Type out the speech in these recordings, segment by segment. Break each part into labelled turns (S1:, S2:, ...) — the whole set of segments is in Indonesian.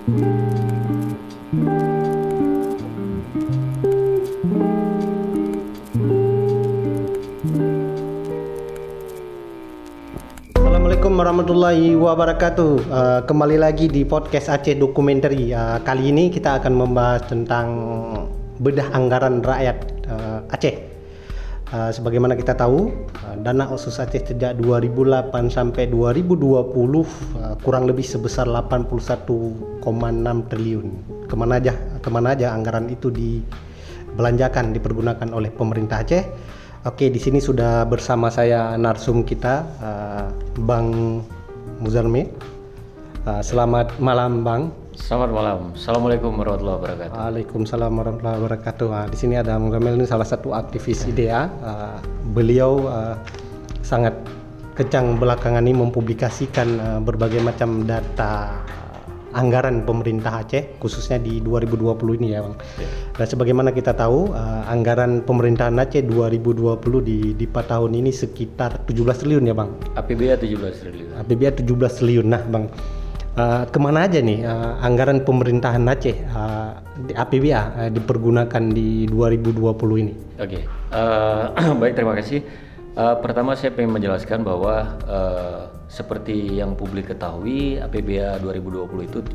S1: Assalamualaikum warahmatullahi wabarakatuh. Kembali lagi di podcast Aceh Documentary. Kali ini kita akan membahas tentang bedah anggaran rakyat Aceh. Sebagaimana kita tahu, dana otsus Aceh sejak 2008 sampai 2020 kurang lebih sebesar 81,6 triliun. Kemana aja anggaran itu dibelanjakan, dipergunakan oleh pemerintah Aceh. Oke, di sini sudah bersama saya narsum kita, Bang Muzarmi. Selamat malam, Bang.
S2: Selamat malam. Assalamualaikum warahmatullahi wabarakatuh.
S1: Waalaikumsalam warahmatullahi wabarakatuh. Di sini ada Bang Muzarmi, ini salah satu aktivis IDEA. Beliau sangat kencang belakangan ini mempublikasikan berbagai macam data anggaran pemerintah Aceh, khususnya di 2020 ini ya, Bang. Dan sebagaimana kita tahu, anggaran pemerintahan Aceh 2020 di 4 tahun ini sekitar 17 triliun ya, Bang.
S2: APBA 17 triliun.
S1: APBA 17 triliun. Nah, Bang, kemana aja nih anggaran pemerintahan Aceh di APBA dipergunakan di 2020 ini?
S2: Oke. Baik, terima kasih. Pertama saya ingin menjelaskan bahwa seperti yang publik ketahui, APBA 2020 itu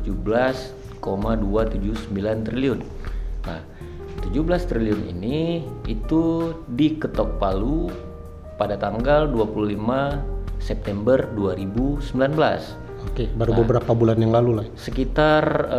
S2: 17,279 triliun. Nah, 17 triliun ini itu diketok palu pada tanggal 25 September 2019.
S1: Oke, baru beberapa bulan yang lalu lah.
S2: Sekitar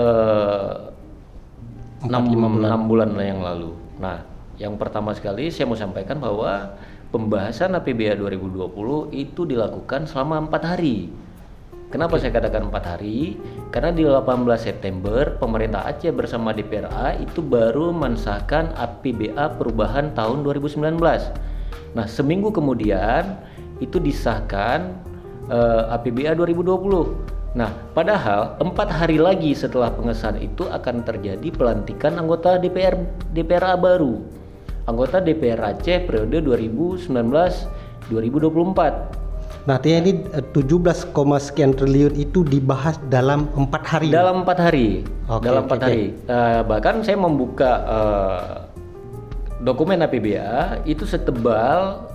S2: 6 bulan yang lalu. Nah, yang pertama sekali saya mau sampaikan bahwa pembahasan APBA 2020 itu dilakukan selama 4 hari. Kenapa saya katakan 4 hari? Karena di 18 September pemerintah Aceh bersama DPRA itu baru mensahkan APBA perubahan tahun 2019. Nah, seminggu kemudian itu disahkan APBA 2020. Nah, padahal 4 hari lagi setelah pengesahan itu akan terjadi pelantikan anggota DPRA baru. Anggota DPR Aceh periode 2019-2024.
S1: Nah, artinya ini 17, sekian triliun itu dibahas dalam 4 hari.
S2: Dalam 4 hari. Dalam 4 hari. Bahkan saya membuka dokumen APBA itu setebal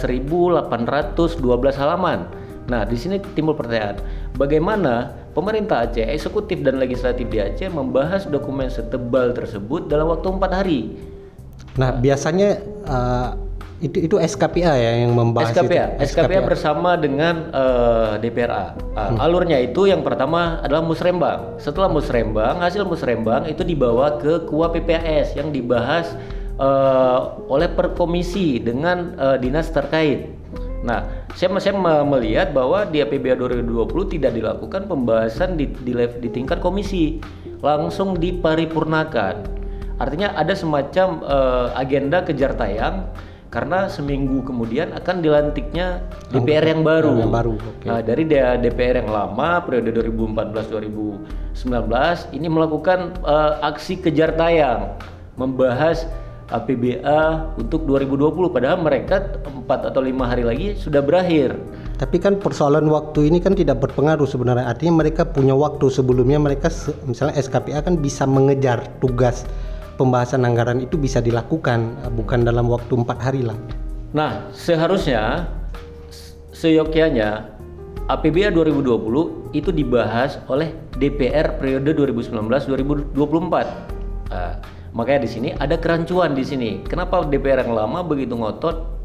S2: 1812 halaman. Nah, di sini timbul pertanyaan, bagaimana pemerintah Aceh, eksekutif dan legislatif di Aceh membahas dokumen setebal tersebut dalam waktu 4 hari?
S1: Nah, biasanya itu SKPA ya yang membahas
S2: SKPA bersama dengan DPRA. Alurnya itu yang pertama adalah musrembang. Setelah musrembang, hasil musrembang itu dibawa ke KUA PPAS yang dibahas oleh perkomisi dengan dinas terkait. Nah, saya melihat bahwa di APBA 2020 tidak dilakukan pembahasan di tingkat komisi, langsung diparipurnakan. Artinya ada semacam agenda kejar tayang karena seminggu kemudian akan dilantiknya DPR yang baru.
S1: Okay.
S2: Nah, dari DPR yang lama periode 2014-2019 ini melakukan aksi kejar tayang membahas APBA untuk 2020, padahal mereka 4 atau 5 hari lagi sudah berakhir.
S1: Tapi kan persoalan waktu ini kan tidak berpengaruh sebenarnya. Artinya mereka punya waktu sebelumnya, mereka misalnya SKPA kan bisa mengejar tugas pembahasan anggaran itu bisa dilakukan, bukan dalam waktu 4 hari lah. Nah,
S2: seharusnya seyogyanya APBA 2020 itu dibahas oleh DPR periode 2019-2024. Makanya di sini ada kerancuan di sini. Kenapa DPR yang lama begitu ngotot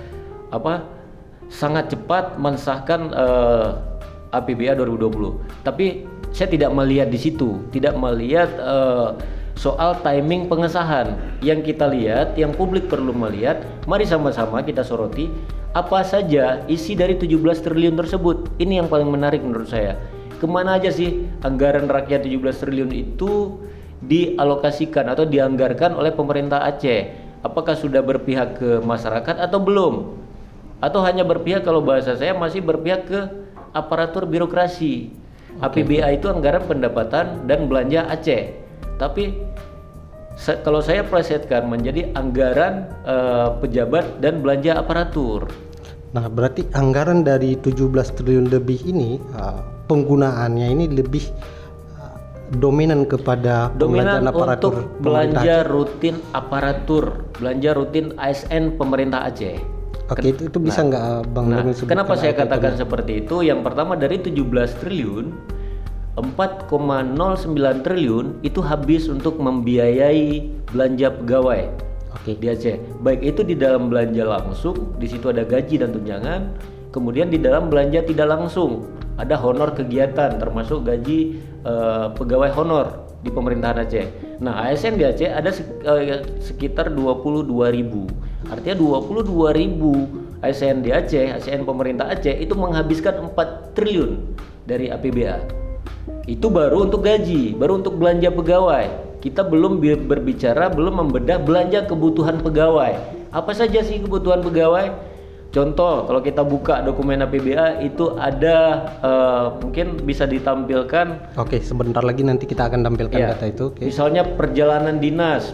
S2: sangat cepat mensahkan APBA 2020. Tapi saya tidak melihat di situ, tidak melihat soal timing pengesahan. Yang kita lihat, yang publik perlu melihat, mari sama-sama kita soroti apa saja isi dari 17 triliun tersebut. Ini yang paling menarik menurut saya. Kemana aja sih anggaran rakyat 17 triliun itu dialokasikan atau dianggarkan oleh pemerintah Aceh? Apakah sudah berpihak ke masyarakat atau belum? Atau hanya berpihak, kalau bahasa saya masih berpihak ke aparatur birokrasi. APBA itu anggaran pendapatan dan belanja Aceh. Tapi kalau saya plesetkan menjadi anggaran pejabat dan belanja aparatur.
S1: Nah, berarti anggaran dari 17 triliun lebih ini penggunaannya ini lebih dominan kepada
S2: Dominan
S1: pembelanjaan aparatur
S2: untuk
S1: pemerintah
S2: belanja
S1: Aceh.
S2: rutin aparatur, belanja rutin ASN pemerintah Aceh.
S1: Oke, itu bisa nggak Bang
S2: Nah,
S1: Nurul sebutkan
S2: kenapa saya
S1: item-nya?
S2: katakan seperti itu? Yang pertama dari 17 triliun, 4,09 triliun itu habis untuk membiayai belanja pegawai
S1: Oke.
S2: di Aceh. Baik itu di dalam belanja langsung, di situ ada gaji dan tunjangan. Kemudian di dalam belanja tidak langsung, ada honor kegiatan termasuk gaji pegawai honor di pemerintahan Aceh. Nah, ASN di Aceh ada sekitar 22.000. Artinya 22.000 ASN di Aceh, ASN pemerintah Aceh itu menghabiskan 4 triliun dari APBA. Itu baru untuk gaji, baru untuk belanja pegawai. Kita belum berbicara, belum membedah belanja kebutuhan pegawai. Apa saja sih kebutuhan pegawai? Contoh, kalau kita buka dokumen APBA itu ada mungkin bisa ditampilkan.
S1: Oke, sebentar lagi nanti kita akan tampilkan
S2: Ya,
S1: data itu. Oke.
S2: misalnya perjalanan dinas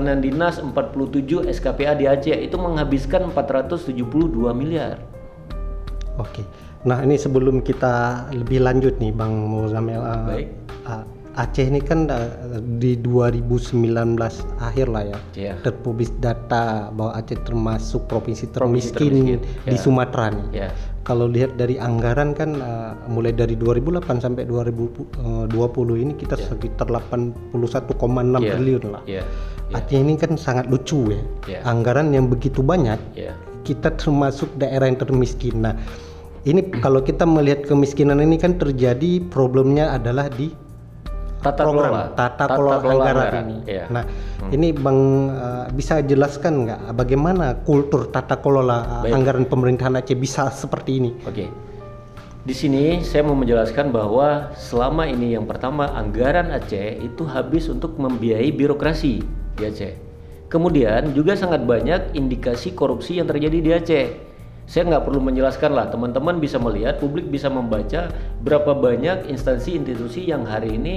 S2: 47 SKPA di Aceh itu menghabiskan 472 miliar.
S1: Oke. Nah, ini sebelum kita lebih lanjut nih Bang Muzamil,
S2: Baik.
S1: Aceh ini kan di 2019 akhir lah ya,
S2: Iya.
S1: terpublis data bahwa Aceh termasuk provinsi
S2: Provinsi
S1: termiskin
S2: termiskin,
S1: di
S2: ya.
S1: Sumatera nih.
S2: Ya,
S1: Kalau lihat dari anggaran kan mulai dari 2008 sampai 2020 ini kita sekitar 81,6
S2: ya,
S1: triliun lah.
S2: ya,
S1: Aceh ini kan sangat lucu ya.
S2: Ya.
S1: Anggaran yang begitu banyak,
S2: ya.
S1: kita termasuk daerah yang termiskin. Nah, ini kalau kita melihat kemiskinan ini kan terjadi problemnya adalah di
S2: Tata kelola,
S1: tata kelola anggaran ini.
S2: Ya.
S1: Nah, ini Bang bisa jelaskan nggak bagaimana kultur tata kelola anggaran pemerintahan Aceh bisa seperti ini?
S2: Oke. Di sini saya mau menjelaskan bahwa selama ini yang pertama anggaran Aceh itu habis untuk membiayai birokrasi di Aceh. Kemudian juga sangat banyak indikasi korupsi yang terjadi di Aceh. Saya nggak perlu menjelaskan lah, teman-teman bisa melihat, publik bisa membaca berapa banyak instansi institusi yang hari ini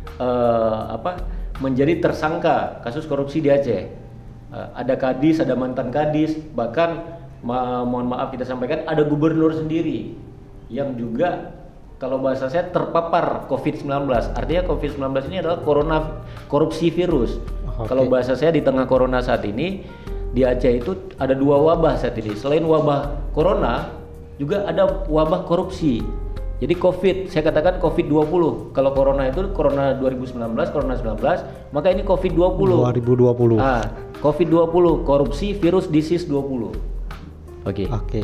S2: menjadi tersangka kasus korupsi di Aceh. Ada kadis, ada mantan kadis, bahkan mohon maaf kita sampaikan ada gubernur sendiri yang juga kalau bahasa saya terpapar COVID-19. Artinya COVID-19 ini adalah korupsi virus.
S1: Oke.
S2: Kalau bahasa saya di tengah corona saat ini di Aceh itu ada 2 wabah saat ini. Selain wabah corona juga ada wabah korupsi. Jadi COVID, saya katakan COVID-20. Kalau corona itu corona 2019, corona 19, maka ini COVID-20.
S1: 2020.
S2: COVID-20, korupsi virus disease 20. Oke.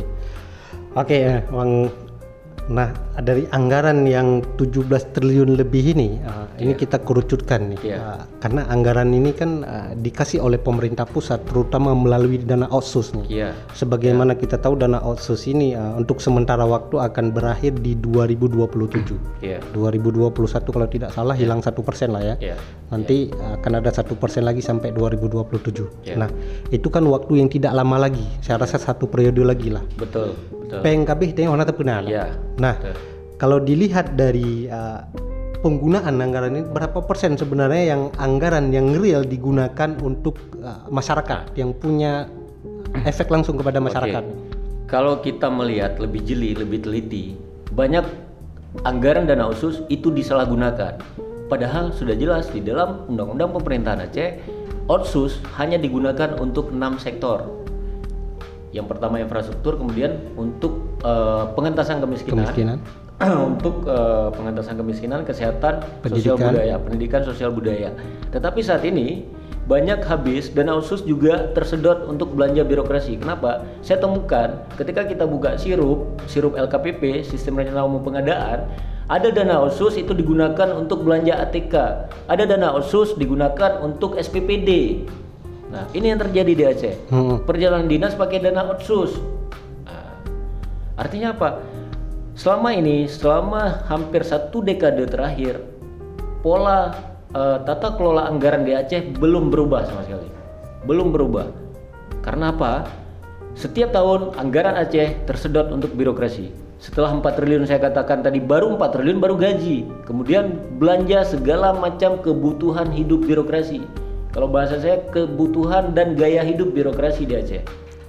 S1: Oke, Bang. Nah, dari anggaran yang 17 triliun lebih ini, ini kita kerucutkan nih.
S2: Iya.
S1: Karena anggaran ini kan dikasih oleh pemerintah pusat, terutama melalui dana otsus nih.
S2: Iya.
S1: Sebagaimana kita tahu dana otsus ini untuk sementara waktu akan berakhir di 2027.
S2: Iya.
S1: 2021 kalau tidak salah hilang 1% lah ya.
S2: Iya.
S1: Nanti akan ada 1% lagi sampai 2027.
S2: Iya.
S1: Nah, itu kan waktu yang tidak lama lagi. Saya rasa 1 periode lagi lah.
S2: Betul.
S1: PNKB tengok orang terkenal.
S2: Iya.
S1: Nah,
S2: betul.
S1: kalau dilihat dari penggunaan anggaran ini berapa persen sebenarnya yang anggaran yang real digunakan untuk masyarakat yang punya efek langsung kepada masyarakat?
S2: Oke. Kalau kita melihat lebih jeli, lebih teliti, banyak anggaran dana otsus itu disalahgunakan. Padahal sudah jelas di dalam Undang-Undang Pemerintahan Aceh, otsus hanya digunakan untuk 6 sektor. Yang pertama infrastruktur, kemudian untuk pengentasan kemiskinan. Untuk pengentasan kemiskinan, kesehatan, sosial budaya, pendidikan, sosial budaya. Tetapi saat ini banyak habis dana otsus juga tersedot untuk belanja birokrasi. Kenapa? Saya temukan ketika kita buka sirup LKPP, Sistem Rencana Umum Pengadaan, ada dana otsus itu digunakan untuk belanja ATK, ada dana otsus digunakan untuk SPPD. Nah, ini yang terjadi di Aceh. Perjalanan dinas pakai dana otsus. Nah, artinya apa? Selama ini, selama hampir 1 dekade terakhir, pola tata kelola anggaran di Aceh belum berubah sama sekali. Belum berubah. Karena apa? Setiap tahun anggaran Aceh tersedot untuk birokrasi. Setelah 4 triliun saya katakan tadi, baru 4 triliun baru gaji. Kemudian belanja segala macam kebutuhan hidup birokrasi. Kalau bahasa saya kebutuhan dan gaya hidup birokrasi di Aceh.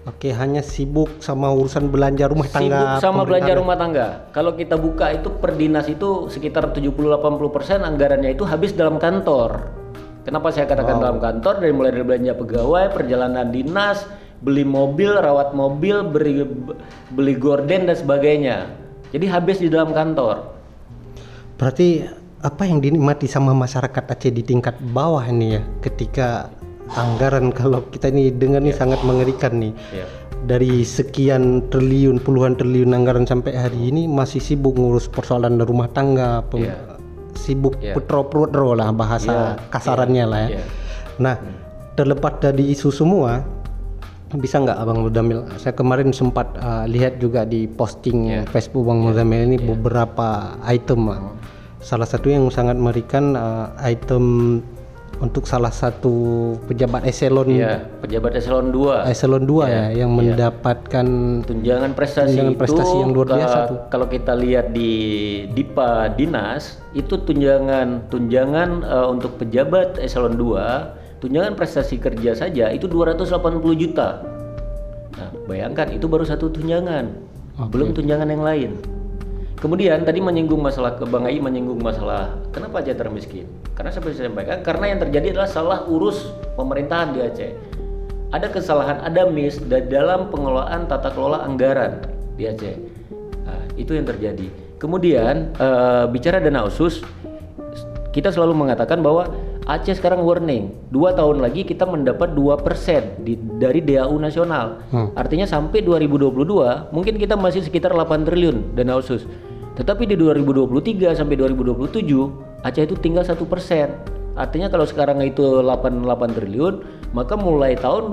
S1: Oke, hanya sibuk sama urusan belanja rumah tangga.
S2: Sibuk sama belanja
S1: pemerintahan.
S2: rumah tangga. Kalau kita buka itu per dinas itu sekitar 70-80% anggarannya itu habis dalam kantor. Kenapa saya katakan dalam kantor? Dari mulai dari belanja pegawai, perjalanan dinas, beli mobil, rawat mobil, beli gorden dan sebagainya. Jadi habis di dalam kantor.
S1: Berarti apa yang dinikmati sama masyarakat Aceh di tingkat bawah ini ya, ketika anggaran kalau kita ini dengar nih sangat mengerikan nih.
S2: Iya.
S1: Dari sekian triliun, puluhan triliun anggaran sampai hari ini masih sibuk ngurus persoalan rumah tangga, sibuk petro-petro lah bahasa kasarannya lah ya. Nah, terlepas dari isu semua, bisa nggak Abang Muzamil? Saya kemarin sempat lihat juga di posting Facebook Bang Muzamil ini beberapa item lah. Salah satu yang sangat mengerikan item untuk salah satu pejabat eselon
S2: pejabat eselon 2
S1: ya yang mendapatkan
S2: tunjangan prestasi
S1: yang luar biasa tuh.
S2: Kalau kita lihat di Dipa Dinas itu tunjangan untuk pejabat eselon 2, tunjangan prestasi kerja saja itu 280 juta. Nah, bayangkan itu baru satu tunjangan. Belum tunjangan yang lain. Kemudian tadi Bang Ai menyinggung masalah kenapa Aceh termiskin? Karena seperti saya sampaikan, karena yang terjadi adalah salah urus pemerintahan di Aceh. Ada kesalahan, ada miss dalam pengelolaan tata kelola anggaran di Aceh. Nah, itu yang terjadi. Kemudian bicara dana khusus, kita selalu mengatakan bahwa Aceh sekarang warning, 2 tahun lagi kita mendapat 2% dari DAU nasional. Artinya sampai 2022 mungkin kita masih sekitar 8 triliun dana khusus. Tetapi di 2023 sampai 2027 Aceh itu tinggal 1%. Artinya kalau sekarang itu 8 triliun, maka mulai tahun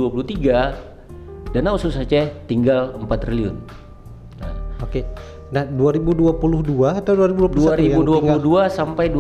S2: 2023 dana khusus Aceh tinggal 4 triliun.
S1: Oke. Nah, 2022 atau 2021
S2: sampai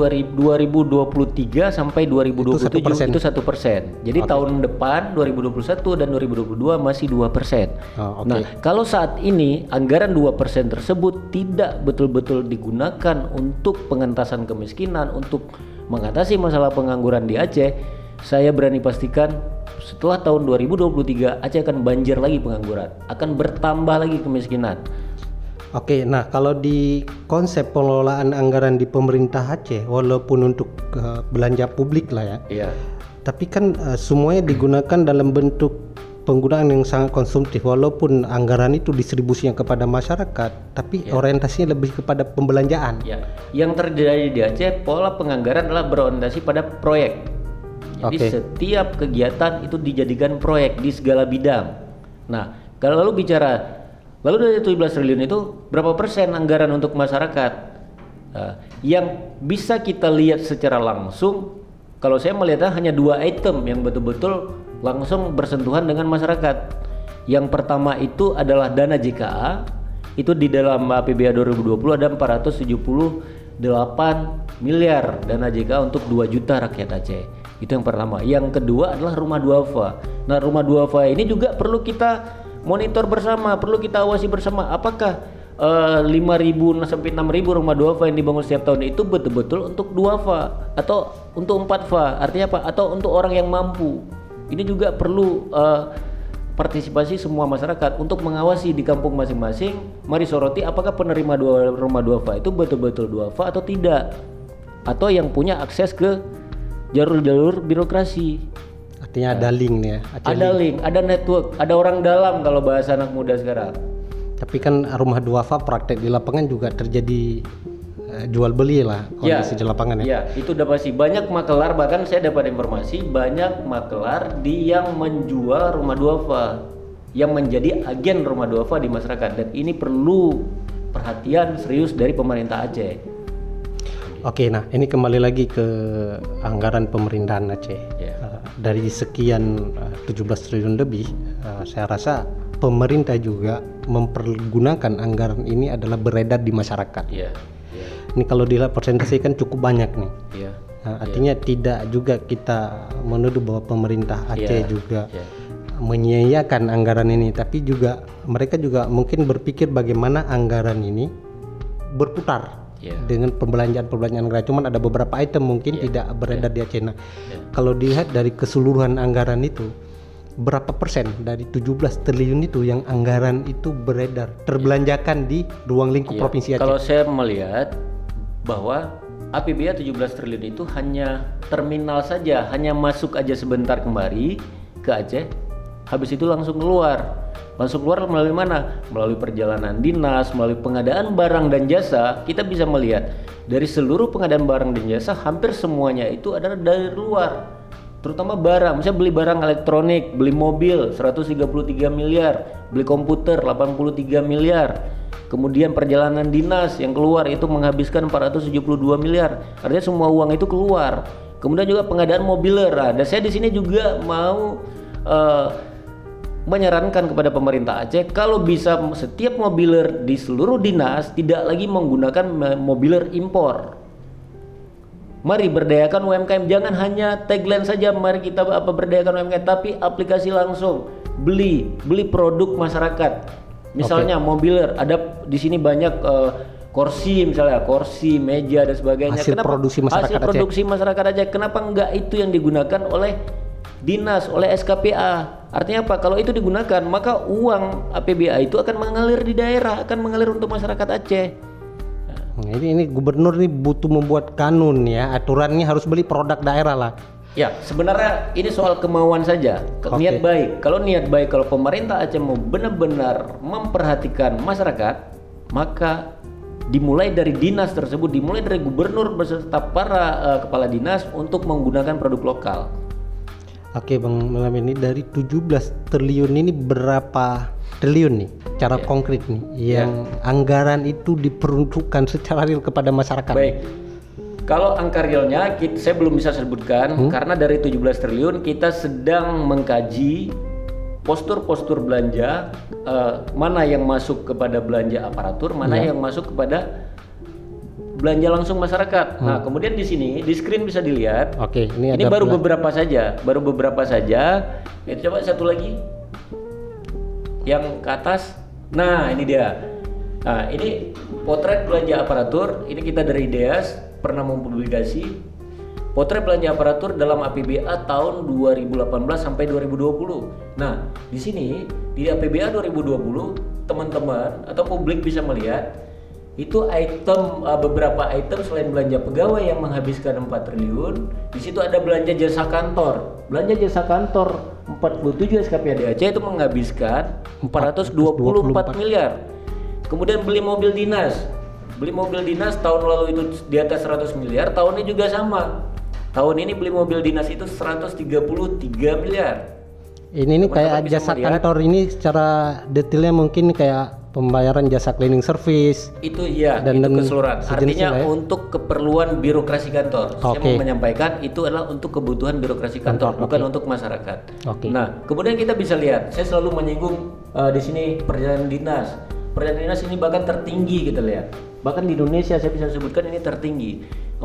S2: 2023 sampai 2027 itu 1%. Jadi tahun depan 2021 dan 2022 masih 2%. Nah, kalau saat ini anggaran 2% tersebut tidak betul-betul digunakan untuk pengentasan kemiskinan, untuk mengatasi masalah pengangguran di Aceh, saya berani pastikan setelah tahun 2023 Aceh akan banjir lagi pengangguran, akan bertambah lagi kemiskinan.
S1: Oke, nah kalau di konsep pengelolaan anggaran di pemerintah Aceh, walaupun untuk belanja publik lah ya, tapi kan semuanya digunakan dalam bentuk penggunaan yang sangat konsumtif. Walaupun anggaran itu distribusinya kepada masyarakat, tapi orientasinya lebih kepada pembelanjaan.
S2: Yang terjadi di Aceh, pola penganggaran adalah berorientasi pada proyek. Jadi setiap kegiatan itu dijadikan proyek di segala bidang. Nah, kalau lalu dari 17 triliun itu berapa persen anggaran untuk masyarakat? Yang bisa kita lihat secara langsung, kalau saya melihatnya hanya 2 item yang betul-betul langsung bersentuhan dengan masyarakat. Yang pertama itu adalah dana JKA, itu di dalam APBA 2020 ada 478 miliar dana JKA untuk 2 juta rakyat Aceh. Itu yang pertama. Yang kedua adalah rumah duafa. Nah, rumah duafa ini juga perlu kita monitor bersama, perlu kita awasi bersama. Apakah 5.000 sampai 6.000 rumah duafa yang dibangun setiap tahun itu betul-betul untuk duafa atau untuk 4fa? Artinya apa? Atau untuk orang yang mampu. Ini juga perlu partisipasi semua masyarakat untuk mengawasi di kampung masing-masing. Mari soroti apakah penerima rumah duafa itu betul-betul duafa atau tidak, atau yang punya akses ke jalur-jalur birokrasi.
S1: Artinya ada link nih ya.
S2: Ada link, ada network, ada orang dalam kalau bahasa anak muda sekarang.
S1: Tapi kan rumah duafa praktek di lapangan juga terjadi jual beli lah kondisi di lapangan ya.
S2: Iya, itu udah pasti. Banyak makelar, bahkan saya dapat informasi banyak makelar yang menjual rumah duafa, yang menjadi agen rumah duafa di masyarakat, dan ini perlu perhatian serius dari pemerintah Aceh.
S1: Oke, nah ini kembali lagi ke anggaran pemerintahan Aceh. Dari sekian 17 triliun lebih, saya rasa pemerintah juga mempergunakan anggaran ini adalah beredar di masyarakat. Ini kalau dilihat persentase kan cukup banyak nih. Artinya tidak juga kita menuduh bahwa pemerintah Aceh juga menyia-nyiakan anggaran ini, tapi juga mereka juga mungkin berpikir bagaimana anggaran ini berputar. Dengan pembelanjaan negara, cuman ada beberapa item mungkin tidak beredar di Aceh. Nah, kalau dilihat dari keseluruhan anggaran itu, berapa persen dari 17 triliun itu yang anggaran itu beredar terbelanjakan di ruang lingkup
S2: Iya.
S1: Provinsi Aceh?
S2: Kalau saya melihat bahwa APBA 17 triliun itu hanya terminal saja, hanya masuk aja sebentar kemari ke Aceh, habis itu langsung keluar. Langsung keluar melalui mana? Melalui perjalanan dinas, melalui pengadaan barang dan jasa. Kita bisa melihat dari seluruh pengadaan barang dan jasa hampir semuanya itu adalah dari luar. Terutama barang, misalnya beli barang elektronik, beli mobil 133 miliar, beli komputer 83 miliar. Kemudian perjalanan dinas yang keluar itu menghabiskan 472 miliar. Artinya semua uang itu keluar. Kemudian juga pengadaan mobiler. Dan saya di sini juga mau menyarankan kepada pemerintah Aceh kalau bisa setiap mobiler di seluruh dinas tidak lagi menggunakan mobiler impor. Mari berdayakan UMKM, jangan hanya tagline saja mari kita berdayakan UMKM, tapi aplikasi langsung beli produk masyarakat. Misalnya mobiler, ada di sini banyak kursi, misalnya kursi, meja dan sebagainya.
S1: Hasil produksi masyarakat
S2: hasil
S1: Aceh.
S2: produksi masyarakat Aceh. Kenapa enggak itu yang digunakan oleh dinas, oleh SKPA? Artinya apa? Kalau itu digunakan, maka uang APBA itu akan mengalir di daerah, akan mengalir untuk masyarakat Aceh.
S1: Nah, ini gubernur ini butuh membuat kanun ya, aturannya harus beli produk daerah lah.
S2: Ya, sebenarnya ini soal kemauan saja, niat baik. Kalau niat baik, kalau pemerintah Aceh mau benar-benar memperhatikan masyarakat, maka dimulai dari dinas tersebut, dimulai dari gubernur beserta para kepala dinas untuk menggunakan produk lokal.
S1: Oke Bang Malam, ini dari 17 triliun ini berapa triliun nih cara konkret nih yang anggaran itu diperuntukkan secara real kepada masyarakat?
S2: Baik. Kalau angka realnya saya belum bisa sebutkan karena dari 17 triliun kita sedang mengkaji postur-postur belanja, mana yang masuk kepada belanja aparatur, mana yang masuk kepada belanja langsung masyarakat. Nah, kemudian di sini di screen bisa dilihat.
S1: Oke, ini
S2: baru beberapa saja. Coba satu lagi. Yang ke atas. Nah, ini dia. Nah, ini potret belanja aparatur. Ini kita dari IDEAS pernah mempublikasi potret belanja aparatur dalam APBA tahun 2018 sampai 2020. Nah, di sini di APBA 2020 teman-teman atau publik bisa melihat itu beberapa item selain belanja pegawai yang menghabiskan 4 triliun, di situ ada belanja jasa kantor. Belanja jasa kantor 47 SKPAD Aceh itu menghabiskan 424 miliar. Kemudian beli mobil dinas. Beli mobil dinas tahun lalu itu di atas 100 miliar, tahun ini juga sama. Tahun ini beli mobil dinas itu 133 miliar.
S1: Ini kayak jasa kantor ini secara detailnya mungkin kayak pembayaran jasa cleaning service.
S2: Itu ya,
S1: dan
S2: itu keseluruhan. Artinya
S1: ya?
S2: untuk keperluan birokrasi kantor. Saya mau menyampaikan itu adalah untuk kebutuhan birokrasi kantor, bukan untuk masyarakat. Nah, kemudian kita bisa lihat, saya selalu menyinggung di sini perjalanan dinas. Perjalanan dinas ini bahkan tertinggi kita lihat. Bahkan di Indonesia saya bisa sebutkan ini tertinggi.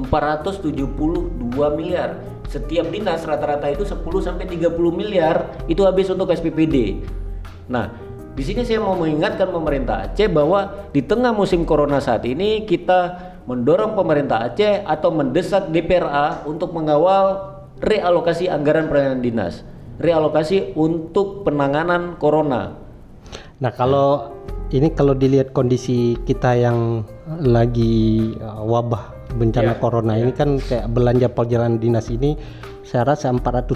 S2: 472 miliar. Setiap dinas rata-rata itu 10 sampai 30 miliar itu habis untuk SPPD. Nah, di sini saya mau mengingatkan pemerintah Aceh bahwa di tengah musim corona saat ini kita mendorong pemerintah Aceh atau mendesak DPRA untuk mengawal realokasi anggaran pelayanan dinas, realokasi untuk penanganan corona.
S1: Nah, kalau dilihat kondisi kita yang lagi wabah bencana corona ini kan kayak belanja perjalanan dinas ini saya rasa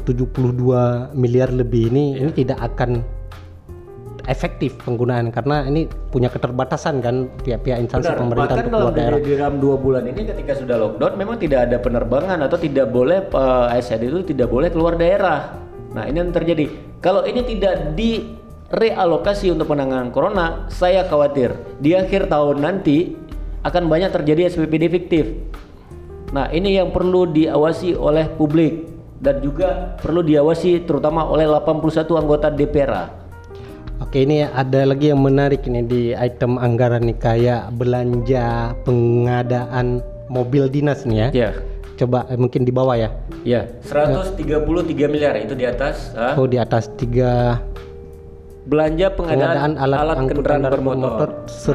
S1: 472 miliar lebih ini tidak akan efektif penggunaan karena ini punya keterbatasan kan pihak-pihak instansi pemerintah untuk keluar daerah.
S2: Dalam 2 bulan ini ketika sudah lockdown memang tidak ada penerbangan atau tidak boleh ASN itu tidak boleh keluar daerah. Nah, ini yang terjadi. Kalau ini tidak direalokasi untuk penanganan corona, saya khawatir di akhir tahun nanti akan banyak terjadi SPPD fiktif. Nah, ini yang perlu diawasi oleh publik dan juga perlu diawasi terutama oleh 81 anggota DPRA.
S1: Oke, ini ada lagi yang menarik ini di item anggaran nih kayak belanja pengadaan mobil dinas nih ya.
S2: Ya.
S1: Coba mungkin di bawah ya.
S2: Ya, 133 miliar itu di atas.
S1: Oh, di atas 3.
S2: Belanja pengadaan alat kendaraan bermotor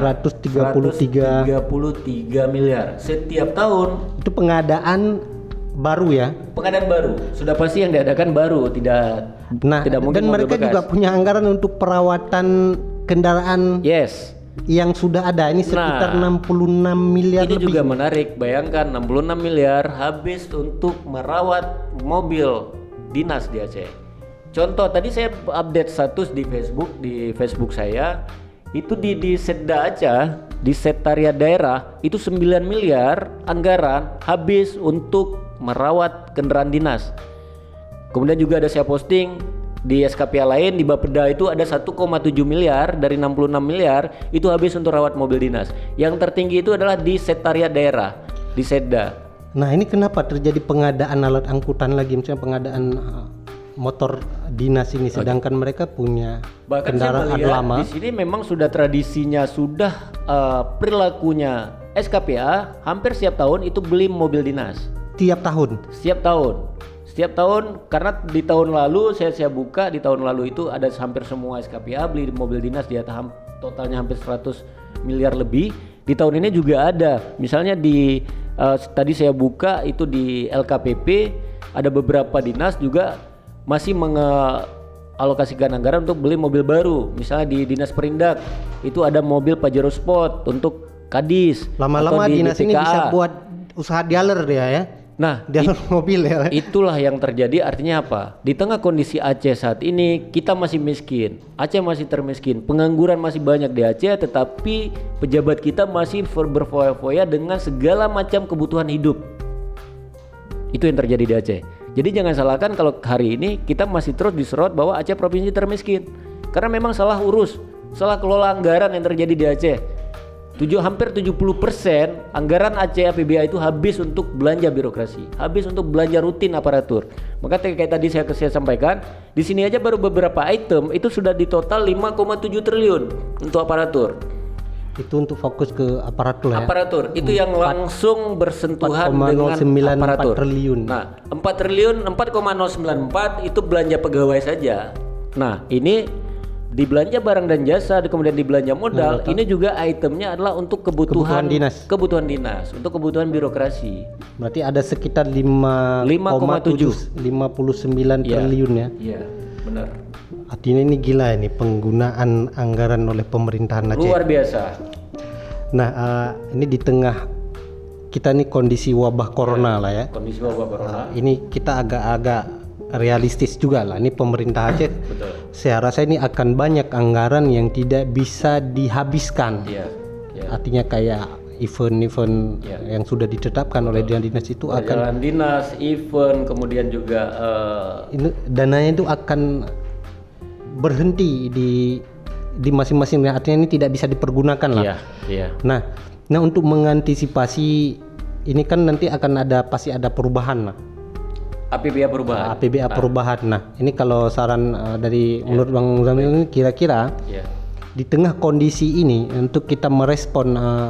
S1: 133
S2: miliar setiap tahun.
S1: Itu pengadaan baru ya.
S2: Pengadaan baru, sudah pasti yang diadakan baru, tidak mungkin
S1: dan
S2: mobil
S1: mereka
S2: bekas.
S1: juga punya anggaran untuk perawatan kendaraan
S2: Yes.
S1: yang sudah ada ini sekitar 66 miliar
S2: Ini
S1: lebih.
S2: juga menarik, bayangkan 66 miliar habis untuk merawat mobil dinas di Aceh. Contoh, tadi saya update status di Facebook saya, itu di Setda aja, di Sekretariat Daerah, itu 9 miliar anggaran habis untuk merawat kendaraan dinas. Kemudian juga ada saya posting di SKPA lain, di Bapeda itu ada 1,7 miliar dari 66 miliar itu habis untuk rawat mobil dinas. Yang tertinggi itu adalah di Sekretariat Daerah, di Setda.
S1: Nah ini kenapa terjadi pengadaan alat angkutan lagi, misalnya pengadaan motor dinas ini, sedangkan mereka punya
S2: Bahkan saya
S1: kendaraan
S2: melihat
S1: lama.
S2: di sini memang sudah tradisinya, sudah perilakunya SKPA hampir setiap tahun itu beli mobil dinas.
S1: Tiap tahun.
S2: Setiap tahun karena di tahun lalu saya buka, di tahun lalu itu ada hampir semua SKPA beli mobil dinas di atas totalnya hampir 100 miliar lebih. Di tahun ini juga ada, misalnya di tadi saya buka itu di LKPP ada beberapa dinas juga masih mengalokasikan anggaran untuk beli mobil baru. Misalnya di Dinas Perindak itu ada mobil Pajero Sport untuk Kadis.
S1: Lama-lama
S2: atau di
S1: dinas ini
S2: DPKA.
S1: bisa buat usaha dealer dia ya.
S2: Nah,
S1: Dealer mobil ya.
S2: itulah yang terjadi. Artinya apa? Di tengah kondisi Aceh saat ini, kita masih miskin. Aceh masih termiskin. Pengangguran masih banyak di Aceh, tetapi pejabat kita masih berfoya-foya dengan segala macam kebutuhan hidup. Itu yang terjadi di Aceh. Jadi jangan salahkan kalau hari ini kita masih terus diserot bahwa Aceh provinsi termiskin. Karena memang salah urus, salah kelola anggaran yang terjadi di Aceh. Hampir 70% anggaran Aceh APBA itu habis untuk belanja birokrasi, habis untuk belanja rutin aparatur. Maka kayak tadi saya sampaikan, di sini aja baru beberapa item itu sudah di total 5,7 triliun untuk aparatur.
S1: Itu untuk fokus ke aparatur ya.
S2: Aparatur itu yang langsung bersentuhan dengan
S1: 4,094
S2: aparatur.
S1: triliun.
S2: Nah, 4 triliun 4,094 itu belanja pegawai saja. Nah, ini di belanja barang dan jasa, kemudian di belanja modal, ini juga itemnya adalah untuk kebutuhan
S1: dinas.
S2: Kebutuhan dinas, untuk kebutuhan birokrasi.
S1: Berarti ada sekitar 5,59 triliun ya.
S2: Iya, benar.
S1: Artinya ini gila ini penggunaan anggaran oleh pemerintahan Aceh.
S2: Luar biasa.
S1: Nah, ini di tengah kita nih kondisi wabah corona lah ya.
S2: Kondisi wabah corona.
S1: Ini kita agak-agak realistis juga lah. Ini pemerintah Aceh.
S2: Betul.
S1: Saya rasa ini akan banyak anggaran yang tidak bisa dihabiskan.
S2: Iya.
S1: Artinya kayak event-event yang sudah ditetapkan oleh dinas itu akan
S2: jalan dinas, event, kemudian juga
S1: ini dananya itu akan berhenti di masing-masing, artinya ini tidak bisa dipergunakan lah.
S2: Iya.
S1: Nah untuk mengantisipasi ini kan nanti akan pasti ada perubahan lah.
S2: APBA perubahan.
S1: APBA perubahan. Nah, ini kalau saran dari menurut Bang Zamil ini kira-kira di tengah kondisi ini untuk kita merespon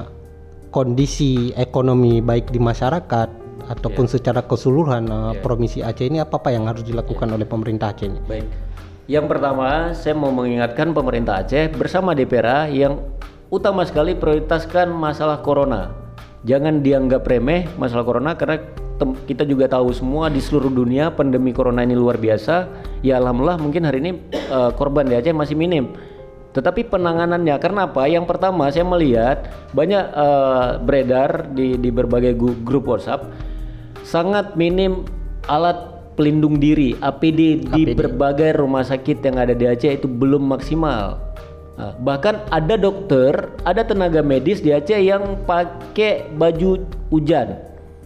S1: kondisi ekonomi baik di masyarakat ataupun secara keseluruhan provinsi Aceh ini apa yang harus dilakukan oleh pemerintah Aceh ini?
S2: Baik. Yang pertama, saya mau mengingatkan pemerintah Aceh bersama DPRA yang utama sekali prioritaskan masalah corona. Jangan dianggap remeh masalah corona karena kita juga tahu semua di seluruh dunia pandemi corona ini luar biasa. Ya alhamdulillah mungkin hari ini korban di Aceh masih minim. Tetapi penanganannya karena apa? Yang pertama saya melihat banyak beredar di berbagai grup WhatsApp sangat minim alat pelindung diri APD di berbagai rumah sakit yang ada di Aceh itu belum maksimal. Bahkan ada dokter, ada tenaga medis di Aceh yang pakai baju hujan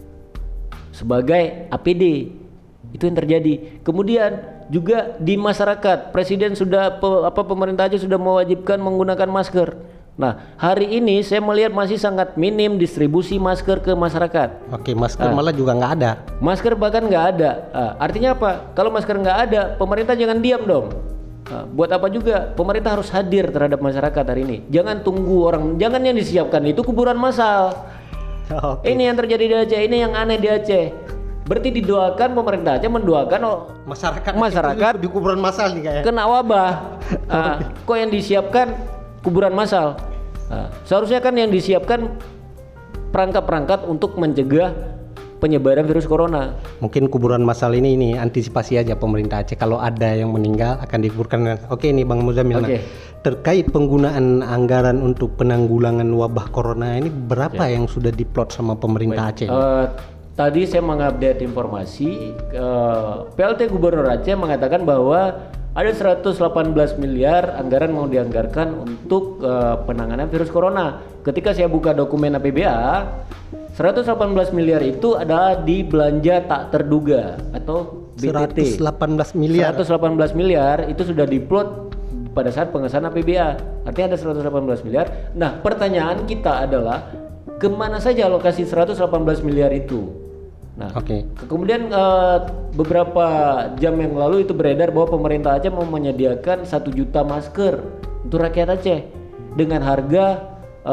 S2: sebagai APD. Itu yang terjadi. Kemudian juga di masyarakat, presiden sudah pemerintah Aceh sudah mewajibkan menggunakan masker. Nah, hari ini saya melihat masih sangat minim distribusi masker ke masyarakat.
S1: Oke, masker malah juga nggak ada.
S2: Masker bahkan nggak ada. Artinya apa? Kalau masker nggak ada, pemerintah jangan diam dong. Buat apa juga? Pemerintah harus hadir terhadap masyarakat hari ini. Jangan tunggu orang, jangan yang disiapkan itu kuburan massal.
S1: Okay.
S2: Ini yang terjadi di Aceh, ini yang aneh di Aceh. Berarti didoakan pemerintah Aceh mendoakan masyarakat
S1: di kuburan massal nih kayaknya.
S2: Kena wabah. Kok yang disiapkan kuburan massal? Seharusnya kan yang disiapkan perangkat-perangkat untuk mencegah penyebaran virus corona.
S1: Mungkin kuburan massal ini antisipasi aja pemerintah Aceh, kalau ada yang meninggal akan dikuburkan. Oke, ini Bang Muzamil.
S2: Oke.
S1: Nah, terkait penggunaan anggaran untuk penanggulangan wabah corona ini berapa yang sudah diplot sama pemerintah Aceh?
S2: Tadi saya mengupdate informasi, PLT Gubernur Aceh mengatakan bahwa ada 118 miliar anggaran mau dianggarkan untuk penanganan virus corona. Ketika saya buka dokumen APBA, 118 miliar itu adalah di belanja tak terduga atau BTT.
S1: 118 miliar.
S2: 118 miliar itu sudah diplot pada saat pengesahan APBA. Artinya ada 118 miliar. Nah, pertanyaan kita adalah kemana saja alokasi 118 miliar itu? Nah, kemudian beberapa jam yang lalu itu beredar bahwa pemerintah Aceh mau menyediakan 1 juta masker untuk rakyat Aceh dengan harga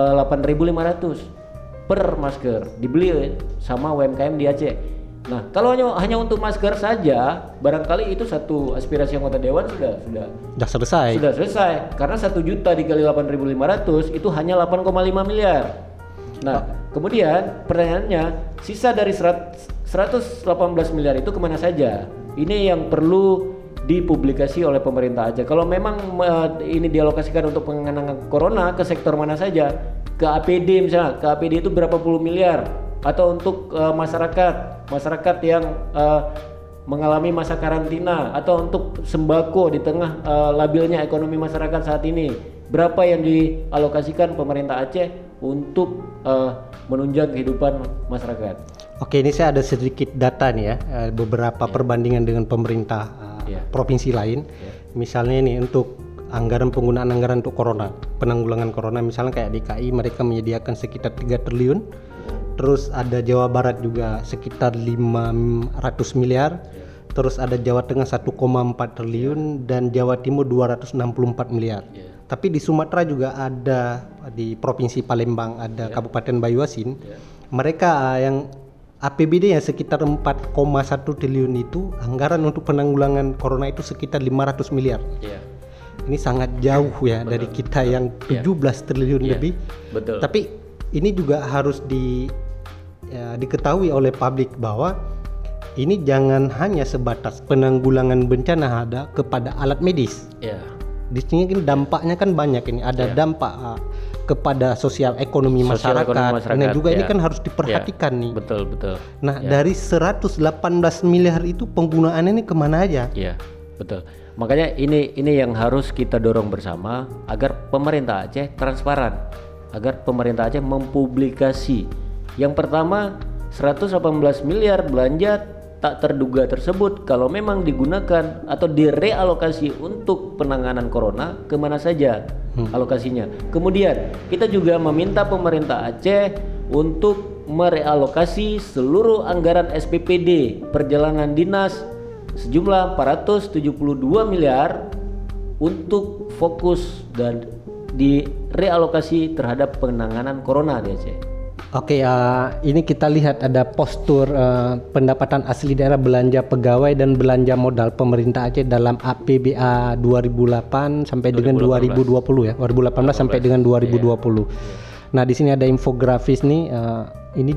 S2: 8.500 per masker, dibeli sama UMKM di Aceh. Nah, kalau hanya untuk masker saja, barangkali itu satu aspirasi anggota dewan sudah
S1: selesai.
S2: Sudah selesai, karena 1 juta dikali 8.500 itu hanya 8,5 miliar. Nah, kemudian pertanyaannya, sisa dari 118 miliar itu kemana saja? Ini yang perlu dipublikasi oleh pemerintah Aceh. Kalau memang ini dialokasikan untuk penanganan corona, ke sektor mana saja? Ke APD misalnya, ke APD itu berapa puluh miliar? Atau untuk masyarakat yang mengalami masa karantina, atau untuk sembako di tengah labilnya ekonomi masyarakat saat ini, berapa yang dialokasikan pemerintah Aceh untuk menunjang kehidupan masyarakat?
S1: Oke, ini saya ada sedikit data nih ya, beberapa perbandingan dengan pemerintah provinsi lain. Misalnya ini untuk penggunaan anggaran untuk corona, penanggulangan corona, misalnya kayak DKI mereka menyediakan sekitar 3 triliun. Terus ada Jawa Barat juga sekitar 500 miliar. Terus ada Jawa Tengah 1,4 triliun dan Jawa Timur 264 miliar. Tapi di Sumatera juga ada, di Provinsi Palembang ada Kabupaten Banyuasin. Mereka yang APBD-nya sekitar 4,1 triliun itu, anggaran untuk penanggulangan corona itu sekitar 500 miliar. Ini sangat jauh ya dari kita yang 17 triliun lebih.
S2: Betul.
S1: Tapi ini juga harus diketahui oleh publik bahwa ini jangan hanya sebatas penanggulangan bencana ada kepada alat medis. Di sini kan dampaknya kan banyak, ini ada dampak kepada sosial ekonomi masyarakat. Nah juga ini kan harus diperhatikan nih.
S2: Betul.
S1: Nah dari 118 miliar itu penggunaannya ini kemana aja?
S2: Iya, betul. Makanya ini yang harus kita dorong bersama agar pemerintah Aceh transparan, agar pemerintah Aceh mempublikasi. Yang pertama, 118 miliar belanja tak terduga tersebut kalau memang digunakan atau direalokasi untuk penanganan corona, kemana saja alokasinya. Kemudian kita juga meminta pemerintah Aceh untuk merealokasi seluruh anggaran SPPD perjalanan dinas sejumlah 472 miliar untuk fokus dan direalokasi terhadap penanganan corona di Aceh.
S1: Oke, ini kita lihat ada postur pendapatan asli daerah, belanja pegawai dan belanja modal pemerintah Aceh dalam APBA 2008 sampai dengan 2020 ya, 2018 sampai dengan 2020. Nah, di sini ada infografis nih, ini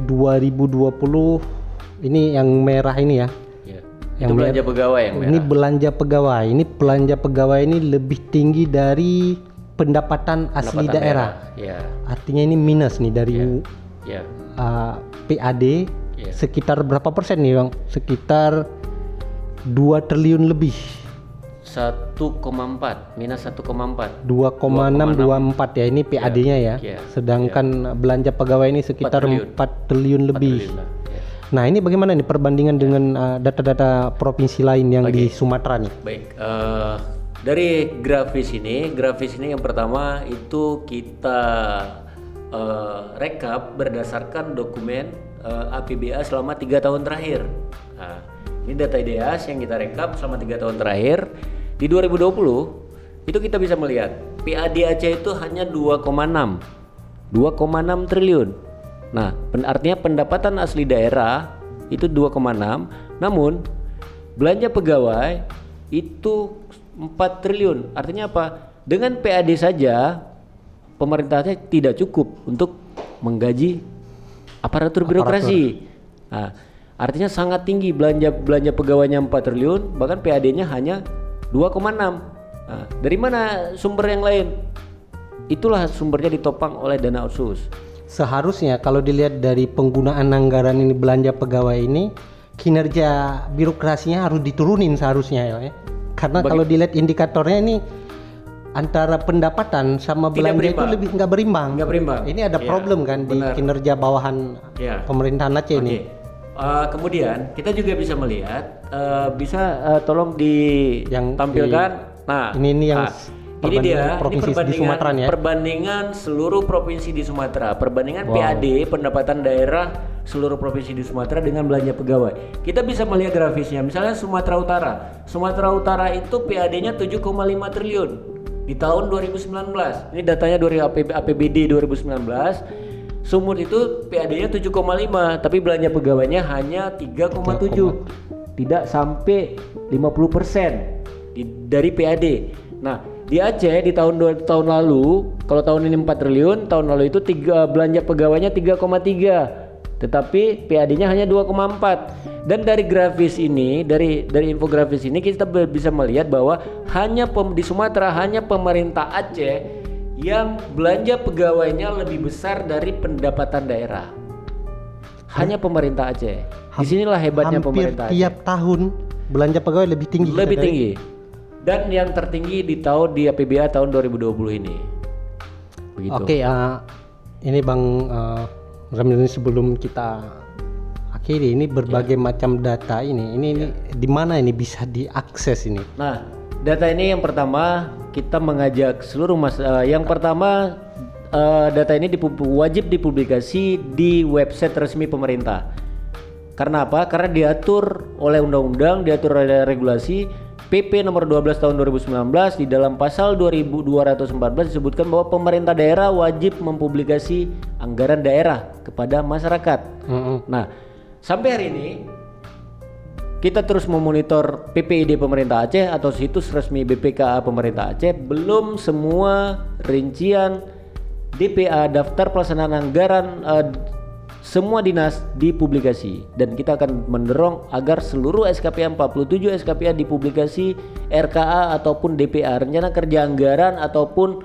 S1: 2020, ini yang merah ini ya.
S2: Yang belanja pegawai yang merah.
S1: Ini belanja pegawai. Ini belanja pegawai ini lebih tinggi dari pendapatan asli daerah. Artinya ini minus nih dari PAD sekitar berapa persen nih Bang? Sekitar 2 triliun lebih.
S2: 1,4 minus 1,4.
S1: 2,624 ya ini PAD-nya ya. Sedangkan belanja pegawai ini sekitar 4 triliun lebih. Nah ini bagaimana nih perbandingan dengan data-data provinsi lain yang di Sumatera nih?
S2: Baik, dari grafis ini yang pertama itu kita rekap berdasarkan dokumen APBA selama 3 tahun terakhir. Nah, ini data IDEAS yang kita rekap selama 3 tahun terakhir. Di 2020 itu kita bisa melihat PAD Aceh itu hanya 2,6 triliun. Nah, artinya pendapatan asli daerah itu 2,6, namun belanja pegawai itu 4 triliun. Artinya apa? Dengan PAD saja pemerintahnya tidak cukup untuk menggaji aparatur birokrasi. Nah, Artinya sangat tinggi, belanja pegawainya 4 triliun, bahkan PAD-nya hanya 2,6. Nah, dari mana sumber yang lain? Itulah sumbernya ditopang oleh dana otsus.
S1: Seharusnya kalau dilihat dari penggunaan anggaran ini, belanja pegawai ini, kinerja birokrasinya harus diturunin seharusnya ya. Karena kalau dilihat indikatornya ini antara pendapatan sama
S2: Tidak
S1: belanja
S2: berimbang.
S1: itu lebih nggak berimbang. Ini ada
S2: Ya,
S1: problem kan di
S2: benar.
S1: kinerja bawahan
S2: Ya.
S1: pemerintahan Aceh ini.
S2: Kemudian kita juga bisa melihat, tolong
S1: Yang
S2: ditampilkan.
S1: ini yang
S2: ini dia,
S1: provinsi di
S2: perbandingan,
S1: Sumatera ya.
S2: perbandingan seluruh provinsi di Sumatera, perbandingan PAD pendapatan daerah seluruh provinsi di Sumatera dengan belanja pegawai. Kita bisa melihat grafisnya. Misalnya Sumatera Utara itu PAD-nya 7,5 triliun di tahun 2019. Ini datanya dari APBD 2019. Sumut itu PAD-nya 7,5, tapi belanja pegawainya hanya 3,7. Tidak sampai 50% dari PAD. Nah, di Aceh di tahun lalu, kalau tahun ini 4 triliun, tahun lalu itu belanja pegawainya 3,3. Tetapi PAD-nya hanya 2,4. Dan dari grafis ini, dari infografis ini kita bisa melihat bahwa di Sumatera hanya pemerintah Aceh yang belanja pegawainya lebih besar dari pendapatan daerah. Hanya pemerintah Aceh. Disinilah hebatnya pemerintah Aceh.
S1: Tiap tahun belanja pegawai lebih tinggi.
S2: Lebih tinggi. Dan yang tertinggi di APBA tahun 2020 ini. Begitu.
S1: Oke, ini Bang Ramdan, sebelum kita akhiri ini berbagai macam data ini di mana ini bisa diakses ini?
S2: Nah, data ini yang pertama kita mengajak seluruh yang pertama data ini wajib dipublikasi di website resmi pemerintah. Karena apa? Karena diatur oleh undang-undang, diatur oleh regulasi PP nomor 12 tahun 2019. Di dalam pasal 2214 disebutkan bahwa pemerintah daerah wajib mempublikasi anggaran daerah kepada masyarakat. Nah, sampai hari ini kita terus memonitor PPID pemerintah Aceh atau situs resmi BPKA pemerintah Aceh. Belum semua rincian DPA, daftar pelaksanaan anggaran semua dinas dipublikasi, dan kita akan mendorong agar seluruh SKPA 47 SKPA dipublikasi RKA ataupun DPA, rencana kerja anggaran ataupun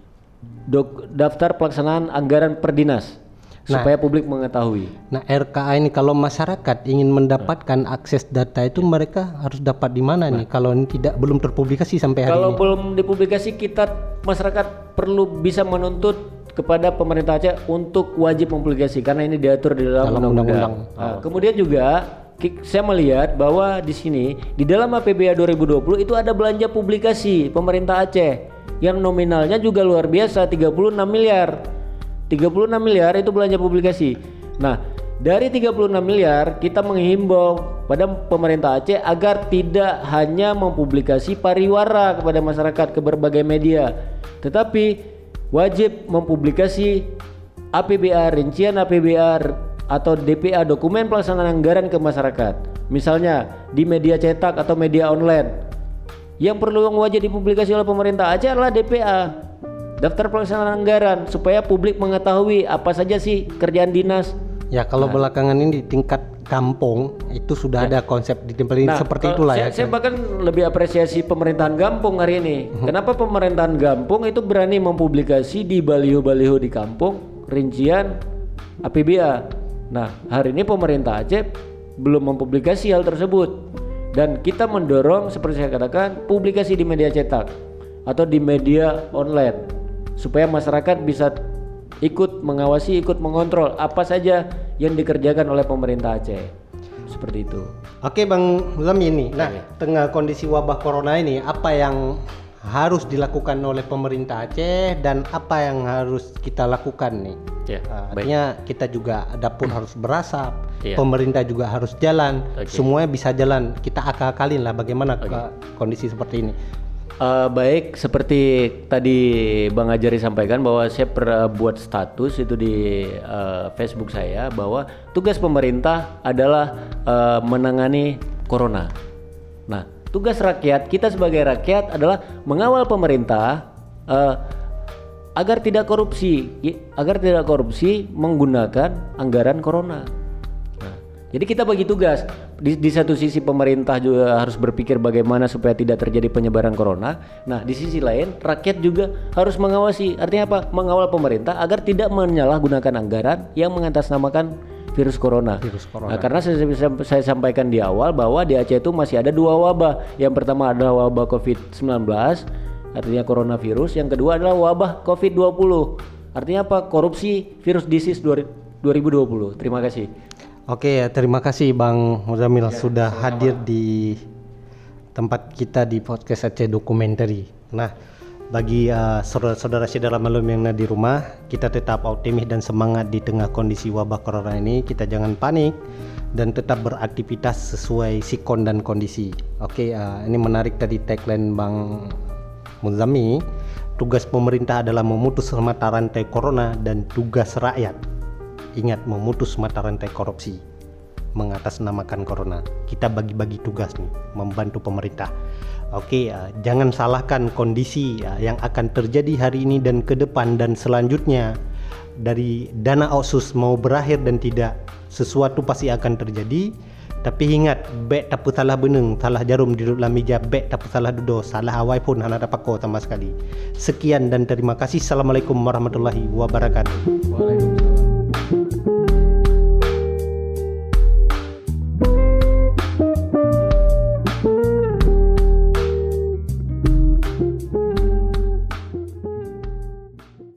S2: daftar pelaksanaan anggaran per dinas, supaya publik mengetahui.
S1: Nah, RKA ini kalau masyarakat ingin mendapatkan akses data itu mereka harus dapat di mana nih kalau ini belum terpublikasi sampai hari ini?
S2: Kalau belum dipublikasi, masyarakat perlu bisa menuntut kepada pemerintah Aceh untuk wajib mempublikasi karena ini diatur di dalam undang-undang. Nah, kemudian juga saya melihat bahwa di sini di dalam APBA 2020 itu ada belanja publikasi pemerintah Aceh yang nominalnya juga luar biasa, 36 miliar. 36 miliar itu belanja publikasi. Nah, dari 36 miliar kita menghimbau pada pemerintah Aceh agar tidak hanya mempublikasi pariwara kepada masyarakat ke berbagai media, tetapi wajib mempublikasi APBA, rincian APBA atau DPA, dokumen pelaksanaan anggaran ke masyarakat. Misalnya di media cetak atau media online. Yang perlu wajib dipublikasi oleh pemerintah Aceh adalah DPA, daftar pelaksanaan anggaran, supaya publik mengetahui apa saja sih kerjaan dinas.
S1: Ya, kalau belakangan ini di tingkat kampung itu sudah ada konsep di tempat ini seperti itulah ya.
S2: Saya bahkan lebih apresiasi pemerintahan kampung hari ini. Kenapa pemerintahan kampung itu berani mempublikasi di baliho-baliho di kampung rincian APBA. Nah, hari ini pemerintah Aceh belum mempublikasi hal tersebut. Dan kita mendorong seperti saya katakan publikasi di media cetak atau di media online supaya masyarakat bisa ikut mengawasi, ikut mengontrol apa saja yang dikerjakan oleh pemerintah Aceh. Seperti itu.
S1: Oke Bang Lem ini. Nah, tengah kondisi wabah corona ini apa yang harus dilakukan oleh pemerintah Aceh dan apa yang harus kita lakukan nih? Artinya kita juga dapur harus berasap, pemerintah juga harus jalan, semuanya bisa jalan. Kita akal-akalin lah bagaimana kondisi seperti ini.
S2: Baik, seperti tadi Bang Ajari sampaikan bahwa saya buat status itu di Facebook saya bahwa tugas pemerintah adalah menangani corona. Nah, tugas rakyat, kita sebagai rakyat adalah mengawal pemerintah agar tidak korupsi menggunakan anggaran corona. Nah, Jadi kita bagi tugas. Di satu sisi pemerintah juga harus berpikir bagaimana supaya tidak terjadi penyebaran corona. Nah, di sisi lain rakyat juga harus mengawasi. Artinya apa? Mengawal pemerintah agar tidak menyalahgunakan anggaran yang mengatasnamakan virus corona. Nah, karena saya sampaikan di awal bahwa di Aceh itu masih ada 2 wabah. Yang pertama adalah wabah COVID-19, artinya coronavirus. Yang kedua adalah wabah COVID-20. Artinya apa? Korupsi virus disease 2020. Terima kasih.
S1: Oke, ya, terima kasih Bang Muzamil sudah hadir di tempat kita di podcast Aceh Documentary. Nah, bagi saudara-saudara saudara malam yang ada di rumah, kita tetap optimis dan semangat di tengah kondisi wabah corona ini. Kita jangan panik dan tetap beraktivitas sesuai sikon dan kondisi. Oke, ini menarik tadi tagline Bang Muzamil. Tugas pemerintah adalah memutus mata rantai corona dan tugas rakyat, ingat, memutus mata rantai korupsi, mengatasnamakan corona. Kita bagi-bagi tugas nih, membantu pemerintah. Oke, jangan salahkan kondisi yang akan terjadi hari ini dan ke depan dan selanjutnya. Dari dana otsus mau berakhir dan tidak, sesuatu pasti akan terjadi. Tapi ingat, bek tak salah beneng, salah jarum di dalam meja, bek tak salah duduk, salah awai pun hana dapat kau sama sekali. Sekian dan terima kasih. Assalamualaikum warahmatullahi wabarakatuh.
S2: Waalaikumsalam.